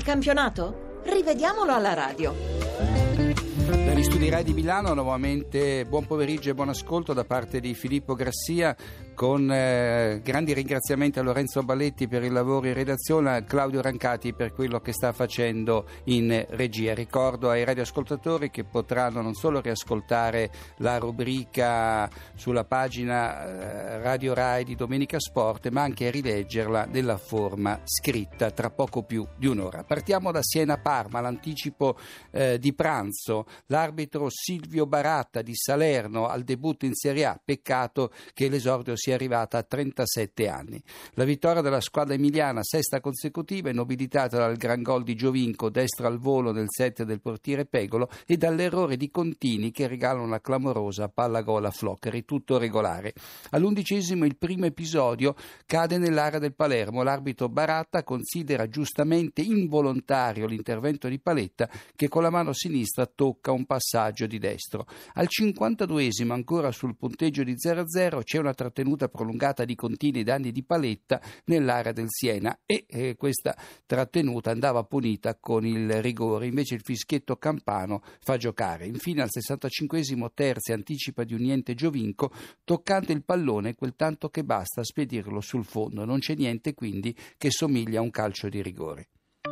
campionato? Rivediamolo alla radio. Dagli studi Rai di Milano nuovamente buon pomeriggio e buon ascolto da parte di Filippo Grassia, con grandi ringraziamenti a Lorenzo Balletti per il lavoro in redazione, a Claudio Rancati per quello che sta facendo in regia. Ricordo ai radioascoltatori che potranno non solo riascoltare la rubrica sulla pagina Radio Rai di Domenica Sport, ma anche rileggerla nella forma scritta tra poco più di un'ora. Partiamo da Siena-Parma, l'anticipo di pranzo. L'arbitro Silvio Baratta di Salerno al debutto in Serie A, peccato che l'esordio sia arrivata a 37 anni. La vittoria della squadra emiliana, sesta consecutiva, è nobilitata dal gran gol di Giovinco, destro al volo nel set del portiere Pegolo, e dall'errore di Contini che regala una clamorosa palla gol a Floccari, tutto regolare. All'11° il primo episodio cade nell'area del Palermo. L'arbitro Baratta considera giustamente involontario l'intervento di Paletta, che con la mano sinistra tocca un passaggio di destro. Al 52° ancora sul punteggio di 0-0 c'è una trattenuta prolungata di Contini ai danni di Paletta nell'area del Siena e questa trattenuta andava punita con il rigore, invece il fischietto campano fa giocare. Infine al 65° Terzi anticipa di un niente Giovinco, toccando il pallone quel tanto che basta a spedirlo sul fondo. Non c'è niente quindi che somiglia a un calcio di rigore.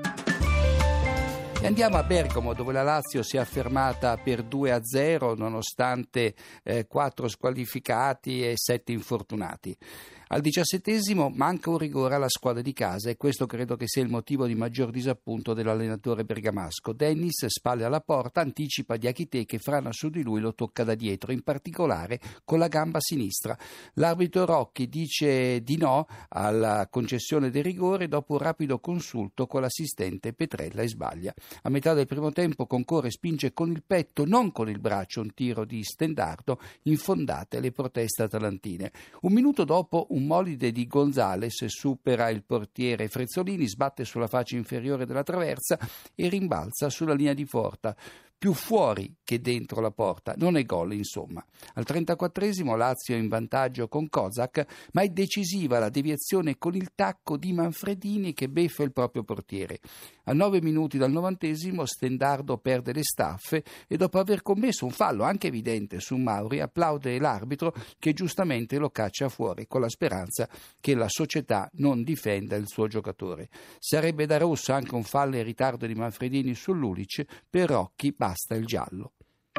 E andiamo a Bergamo, dove la Lazio si è affermata per 2-0 nonostante 4 squalificati e 7 infortunati. Al 17° manca un rigore alla squadra di casa e questo credo che sia il motivo di maggior disappunto dell'allenatore bergamasco. Dennis, spalle alla porta, anticipa Diakité che frana su di lui, lo tocca da dietro, in particolare con la gamba sinistra. L'arbitro Rocchi dice di no alla concessione del rigore dopo un rapido consulto con l'assistente Petrella e sbaglia. A metà del primo tempo concorre e spinge con il petto, non con il braccio, un tiro di Stendardo, infondate le proteste atalantine. Un minuto dopo un molide di Gonzales supera il portiere Frezzolini, sbatte sulla faccia inferiore della traversa e rimbalza sulla linea di porta. Più fuori che dentro la porta, non è gol insomma. Al 34° Lazio è in vantaggio con Kozak, ma è decisiva la deviazione con il tacco di Manfredini che beffa il proprio portiere. A 9 minuti dal 90° Stendardo perde le staffe e dopo aver commesso un fallo anche evidente su Mauri applaude l'arbitro che giustamente lo caccia fuori con la speranza che la società non difenda il suo giocatore. Sarebbe da rosso anche un fallo in ritardo di Manfredini sull'Ulic, per Rocchi basta il giallo.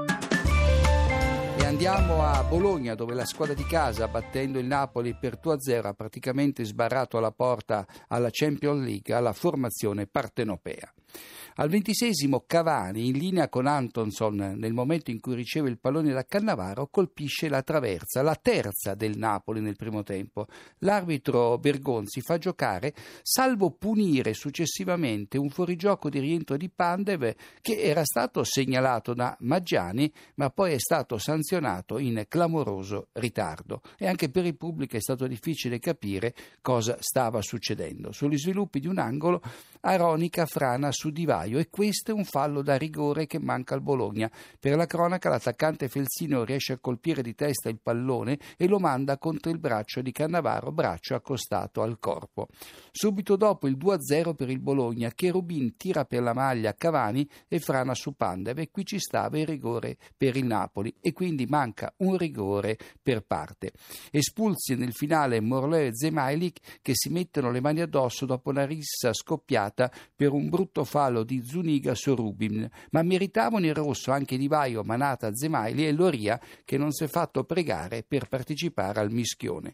E andiamo a Bologna, dove la squadra di casa, battendo il Napoli per 2-0, ha praticamente sbarrato alla porta alla Champions League, alla formazione partenopea. Al 26° Cavani, in linea con Antonson, nel momento in cui riceve il pallone da Cannavaro, colpisce la traversa, la terza del Napoli nel primo tempo. L'arbitro Bergonzi fa giocare, salvo punire successivamente un fuorigioco di rientro di Pandev che era stato segnalato da Maggiani, ma poi è stato sanzionato in clamoroso ritardo. E anche per il pubblico è stato difficile capire cosa stava succedendo. Sugli sviluppi di un angolo, Aronica frana su Di Vaio e questo è un fallo da rigore che manca al Bologna. Per la cronaca l'attaccante Felsino riesce a colpire di testa il pallone e lo manda contro il braccio di Cannavaro, braccio accostato al corpo. Subito dopo il 2-0 per il Bologna, Cherubin tira per la maglia Cavani e frana su Pandev e qui ci stava il rigore per il Napoli e quindi manca un rigore per parte. Espulsi nel finale Morleu e Zemailik che si mettono le mani addosso dopo una rissa scoppiata per un brutto fallo di Zuniga su Rubin, ma meritavano il rosso anche Di Vaio, Manata, Zemaili e Loria che non si è fatto pregare per partecipare al mischione.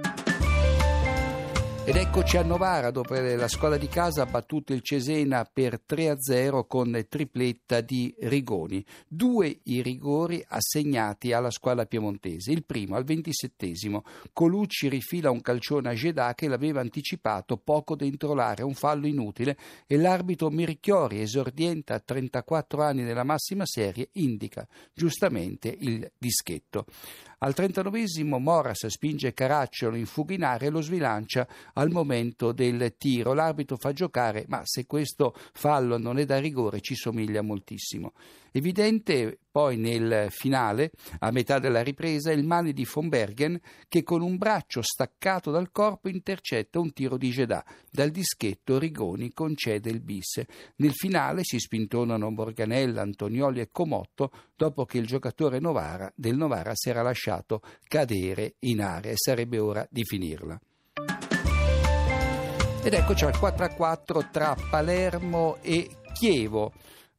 Ed eccoci a Novara, dove la squadra di casa ha battuto il Cesena per 3-0 con tripletta di Rigoni. 2 i rigori assegnati alla squadra piemontese. Il primo al 27°. Colucci rifila un calcione a Gedà che l'aveva anticipato poco dentro l'area, un fallo inutile, e l'arbitro Mirchiori, esordiente a 34 anni nella massima serie, indica giustamente il dischetto. Al 39° Moras spinge Caracciolo in fuga in area e lo sbilancia al momento del tiro. L'arbitro fa giocare, ma se questo fallo non è da rigore ci somiglia moltissimo. Evidente poi nel finale, a metà della ripresa, il mani di von Bergen che con un braccio staccato dal corpo intercetta un tiro di Gedà. Dal dischetto Rigoni concede il bis. Nel finale si spintonano Morganella, Antonioli e Comotto dopo che il giocatore del Novara si era lasciato cadere in area e sarebbe ora di finirla. Ed eccoci al 4-4 tra Palermo e Chievo.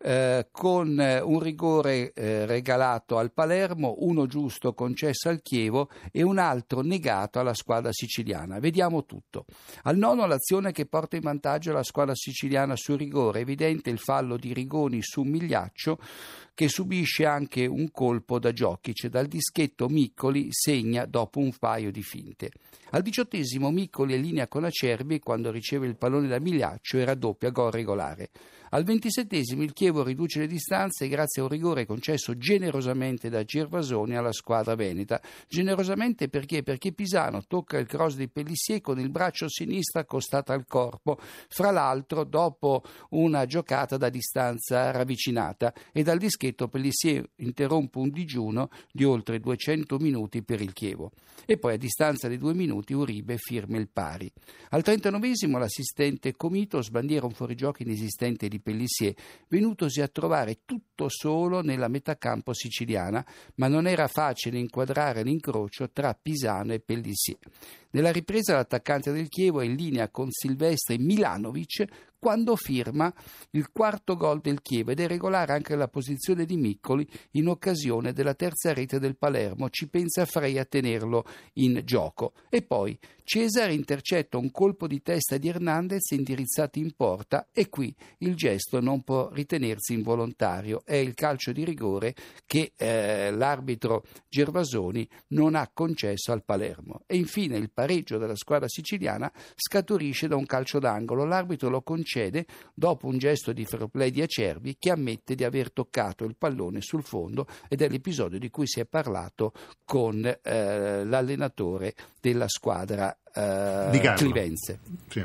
Con un rigore regalato al Palermo, uno giusto concesso al Chievo e un altro negato alla squadra siciliana. Vediamo tutto. Al nono l'azione che porta in vantaggio la squadra siciliana sul rigore, evidente il fallo di Rigoni su Migliaccio che subisce anche un colpo da Giochic. Dal dischetto Miccoli segna dopo un paio di finte. Al 18° Miccoli è in linea con Acerbi quando riceve il pallone da Migliaccio e raddoppia gol regolare. Al 27° il Chievo riduce le distanze grazie a un rigore concesso generosamente da Gervasoni alla squadra veneta. Generosamente perché Pisano tocca il cross di Pellissier con il braccio sinistro accostato al corpo, fra l'altro dopo una giocata da distanza ravvicinata, e dal dischetto Pellissier interrompe un digiuno di oltre 200 minuti per il Chievo. E poi a distanza di 2 minuti Uribe firma il pari. Al 39° l'assistente Comito sbandiera un fuorigioco inesistente di Pellissier, venutosi a trovare tutto solo nella metacampo siciliana, ma non era facile inquadrare l'incrocio tra Pisano e Pellissier. Nella ripresa l'attaccante del Chievo è in linea con Silvestre Milanovic quando firma il quarto gol del Chievo ed è regolare anche la posizione di Miccoli in occasione della terza rete del Palermo. Ci pensa Frey a tenerlo in gioco. E poi Cesare intercetta un colpo di testa di Hernandez indirizzato in porta e qui il gesto non può ritenersi involontario. È il calcio di rigore che l'arbitro Gervasoni non ha concesso al Palermo. E infine il pareggio della squadra siciliana scaturisce da un calcio d'angolo. L'arbitro lo concede dopo un gesto di fair play di Acerbi che ammette di aver toccato il pallone sul fondo, ed è l'episodio di cui si è parlato con l'allenatore della squadra clivense. Sì.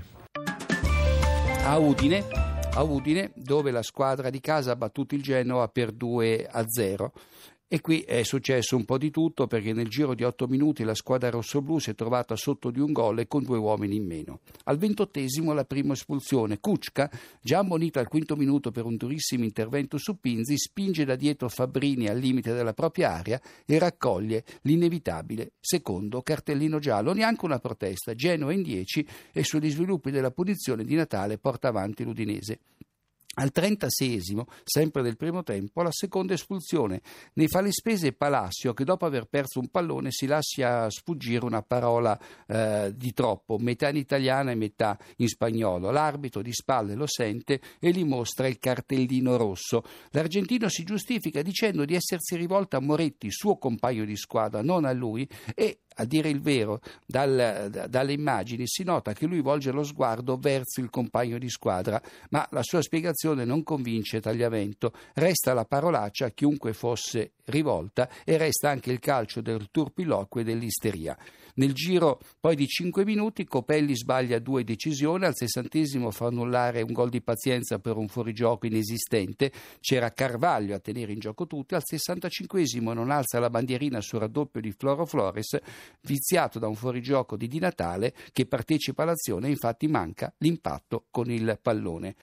A Udine, dove la squadra di casa ha battuto il Genoa per 2-0. E qui è successo un po' di tutto, perché nel giro di 8 minuti la squadra rossoblù si è trovata sotto di un gol e con 2 uomini in meno. Al 28° la prima espulsione. Kuczka, già ammonito al 5° minuto per un durissimo intervento su Pinzi, spinge da dietro Fabbrini al limite della propria area e raccoglie l'inevitabile secondo cartellino giallo. Neanche una protesta. Genoa in 10 e sugli sviluppi della punizione di Natale porta avanti l'Udinese. Al 36°, sempre del primo tempo, la seconda espulsione. Ne fa le spese Palacio, che dopo aver perso un pallone si lascia sfuggire una parola di troppo, metà in italiano e metà in spagnolo. L'arbitro di spalle lo sente e gli mostra il cartellino rosso. L'argentino si giustifica dicendo di essersi rivolto a Moretti, suo compagno di squadra, non a lui, e a dire il vero, dalle immagini si nota che lui volge lo sguardo verso il compagno di squadra, ma la sua spiegazione non convince Tagliavento. Resta la parolaccia a chiunque fosse rivolta e resta anche il calcio del turpiloquio e dell'isteria. Nel giro poi di 5 minuti Copelli sbaglia 2 decisioni, al 60° fa annullare un gol di pazienza per un fuorigioco inesistente, c'era Carvaglio a tenere in gioco tutti, al 65° non alza la bandierina sul raddoppio di Floro Flores, viziato da un fuorigioco di Di Natale che partecipa all'azione e infatti manca l'impatto con il pallone.